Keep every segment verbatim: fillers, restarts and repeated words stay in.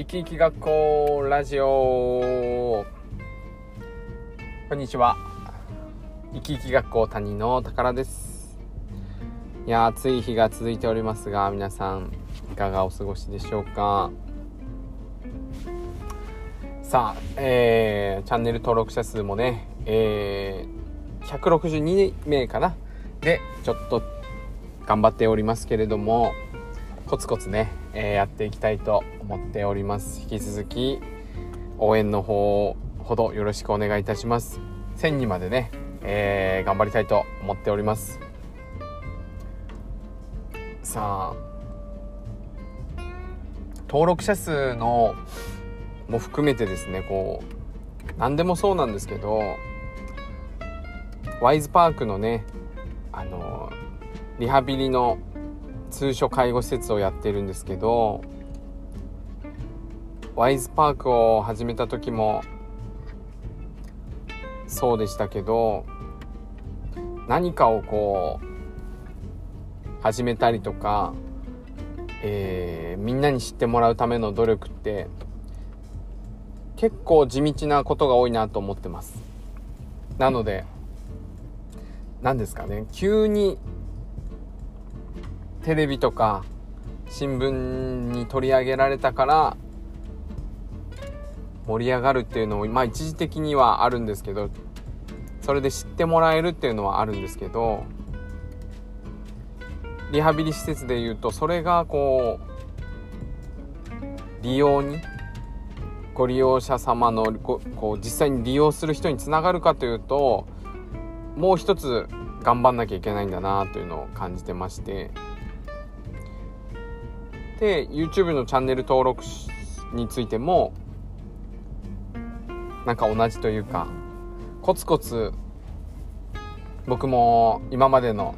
生き生き学校ラジオ。こんにちは。生き生き学校担任の宝です。いや暑い日が続いておりますが、皆さんいかがお過ごしでしょうか。さあ、えー、チャンネル登録者数もね、えー、ひゃくろくじゅうにめいかなでちょっと頑張っておりますけれども、コツコツね、えー、やっていきたいと思っております。引き続き応援の方ほどよろしくお願いいたします。せんにんまでね、えー、頑張りたいと思っております。さあ、登録者数のも含めてですね、こう何でもそうなんですけど、ワイズパークのね、あのリハビリの通所介護施設をやってるんですけど、ワイズパークを始めた時もそうでしたけど、何かをこう始めたりとか、えー、みんなに知ってもらうための努力って結構地道なことが多いなと思ってます。なので何ですかね、急にテレビとか新聞に取り上げられたから盛り上がるっていうのも、まあ一時的にはあるんですけど、それで知ってもらえるっていうのはあるんですけど、リハビリ施設でいうとそれがこう利用にご利用者様のこう実際に利用する人につながるかというと、もう一つ頑張んなきゃいけないんだなというのを感じてまして、で YouTube のチャンネル登録についてもなんか同じというか、コツコツ僕も今までの、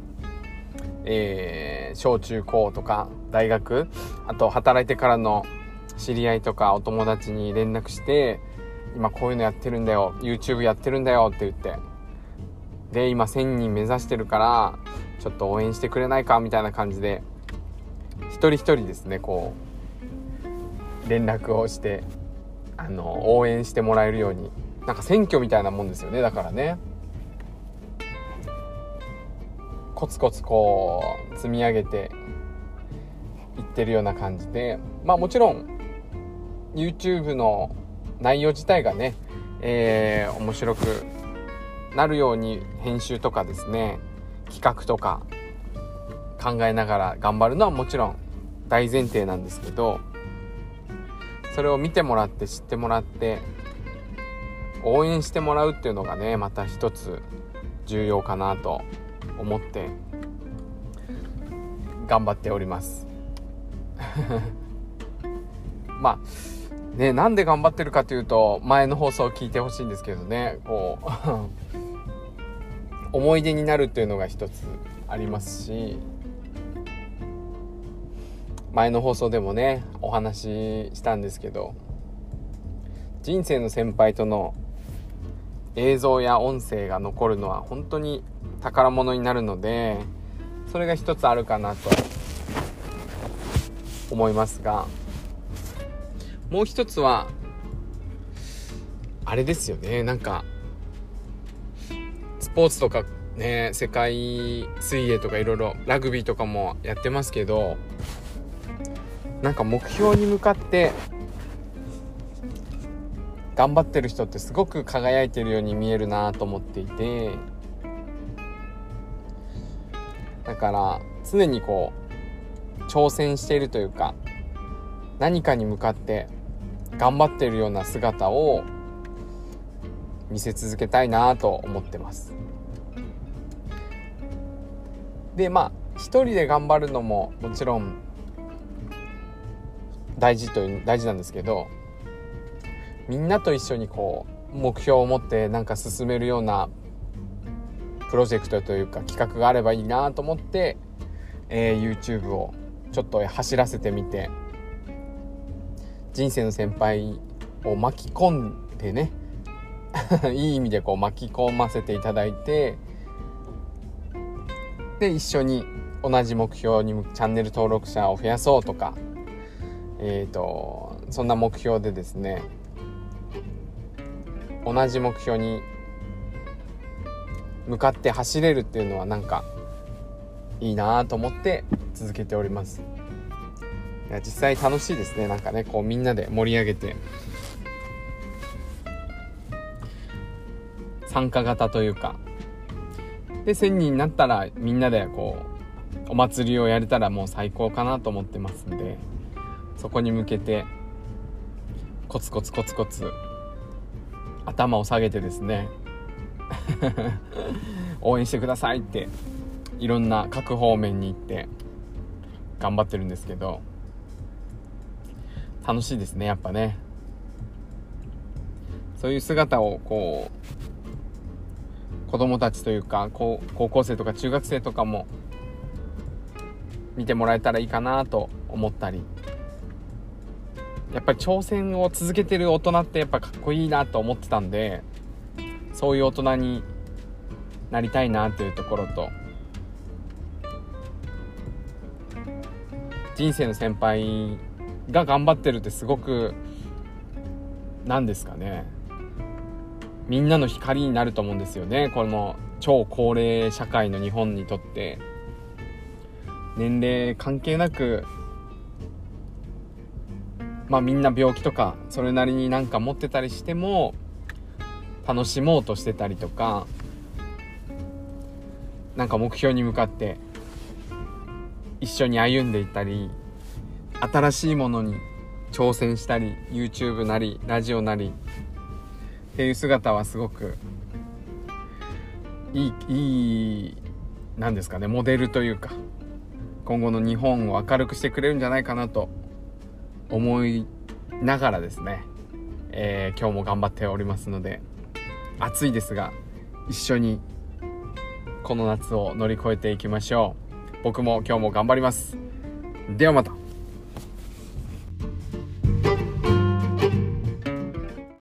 えー、小中高とか大学、あと働いてからの知り合いとかお友達に連絡して、今こういうのやってるんだよ、 YouTube やってるんだよって言って、で今せんにん目指してるからちょっと応援してくれないかみたいな感じで一人一人ですね、こう連絡をしてあの応援してもらえるように、なんか選挙みたいなもんですよね。だからね、コツコツこう積み上げていってるような感じで、まあもちろん YouTube の内容自体がね、えー、面白くなるように編集とかですね、企画とか考えながら頑張るのはもちろん大前提なんですけど、それを見てもらって知ってもらって応援してもらうっていうのがね、また一つ重要かなと思って頑張っておりますまあね、なんで頑張ってるかというと、前の放送を聞いてほしいんですけどね、こう思い出になるっていうのが一つありますし、前の放送でもねお話ししたんですけど、人生の先輩との映像や音声が残るのは本当に宝物になるので、それが一つあるかなと思いますが、もう一つはあれですよね、なんかスポーツとかね、世界水泳とかいろいろラグビーとかもやってますけど、なんか目標に向かって頑張ってる人ってすごく輝いてるように見えるなと思っていて、だから常にこう挑戦しているというか、何かに向かって頑張っているような姿を見せ続けたいなと思ってます。でまあ一人で頑張るのももちろん大事という大事なんですけど、みんなと一緒にこう目標を持ってなんか進めるようなプロジェクトというか企画があればいいなと思って、えー、YouTube をちょっと走らせてみて、人生の先輩を巻き込んでねいい意味でこう巻き込ませていただいて、で一緒に同じ目標にチャンネル登録者を増やそうとか、えーとそんな目標でですね、同じ目標に向かって走れるっていうのはなんかいいなと思って続けております。いや実際楽しいですね。なんかね、こうみんなで盛り上げて参加型というかで、せんにんになったらみんなでこうお祭りをやれたらもう最高かなと思ってますんで、そこに向けてコツコツコツコツ頭を下げてですね応援してくださいっていろんな各方面に行って頑張ってるんですけど、楽しいですねやっぱね。そういう姿をこう子供たちというか高校生とか中学生とかも見てもらえたらいいかなと思ったり、やっぱり挑戦を続けてる大人ってやっぱかっこいいなと思ってたんで、そういう大人になりたいなというところと、人生の先輩が頑張ってるってすごくなんですかね、みんなの光になると思うんですよね。この超高齢社会の日本にとって年齢関係なく、まあみんな病気とかそれなりになんか持ってたりしても楽しもうとしてたりとか、なんか目標に向かって一緒に歩んでいったり、新しいものに挑戦したり YouTube なりラジオなりっていう姿はすごくいい、いいなんですかね、モデルというか今後の日本を明るくしてくれるんじゃないかなと思いながらですね、えー、今日も頑張っておりますので、暑いですが一緒にこの夏を乗り越えていきましょう。僕も今日も頑張ります。ではまた。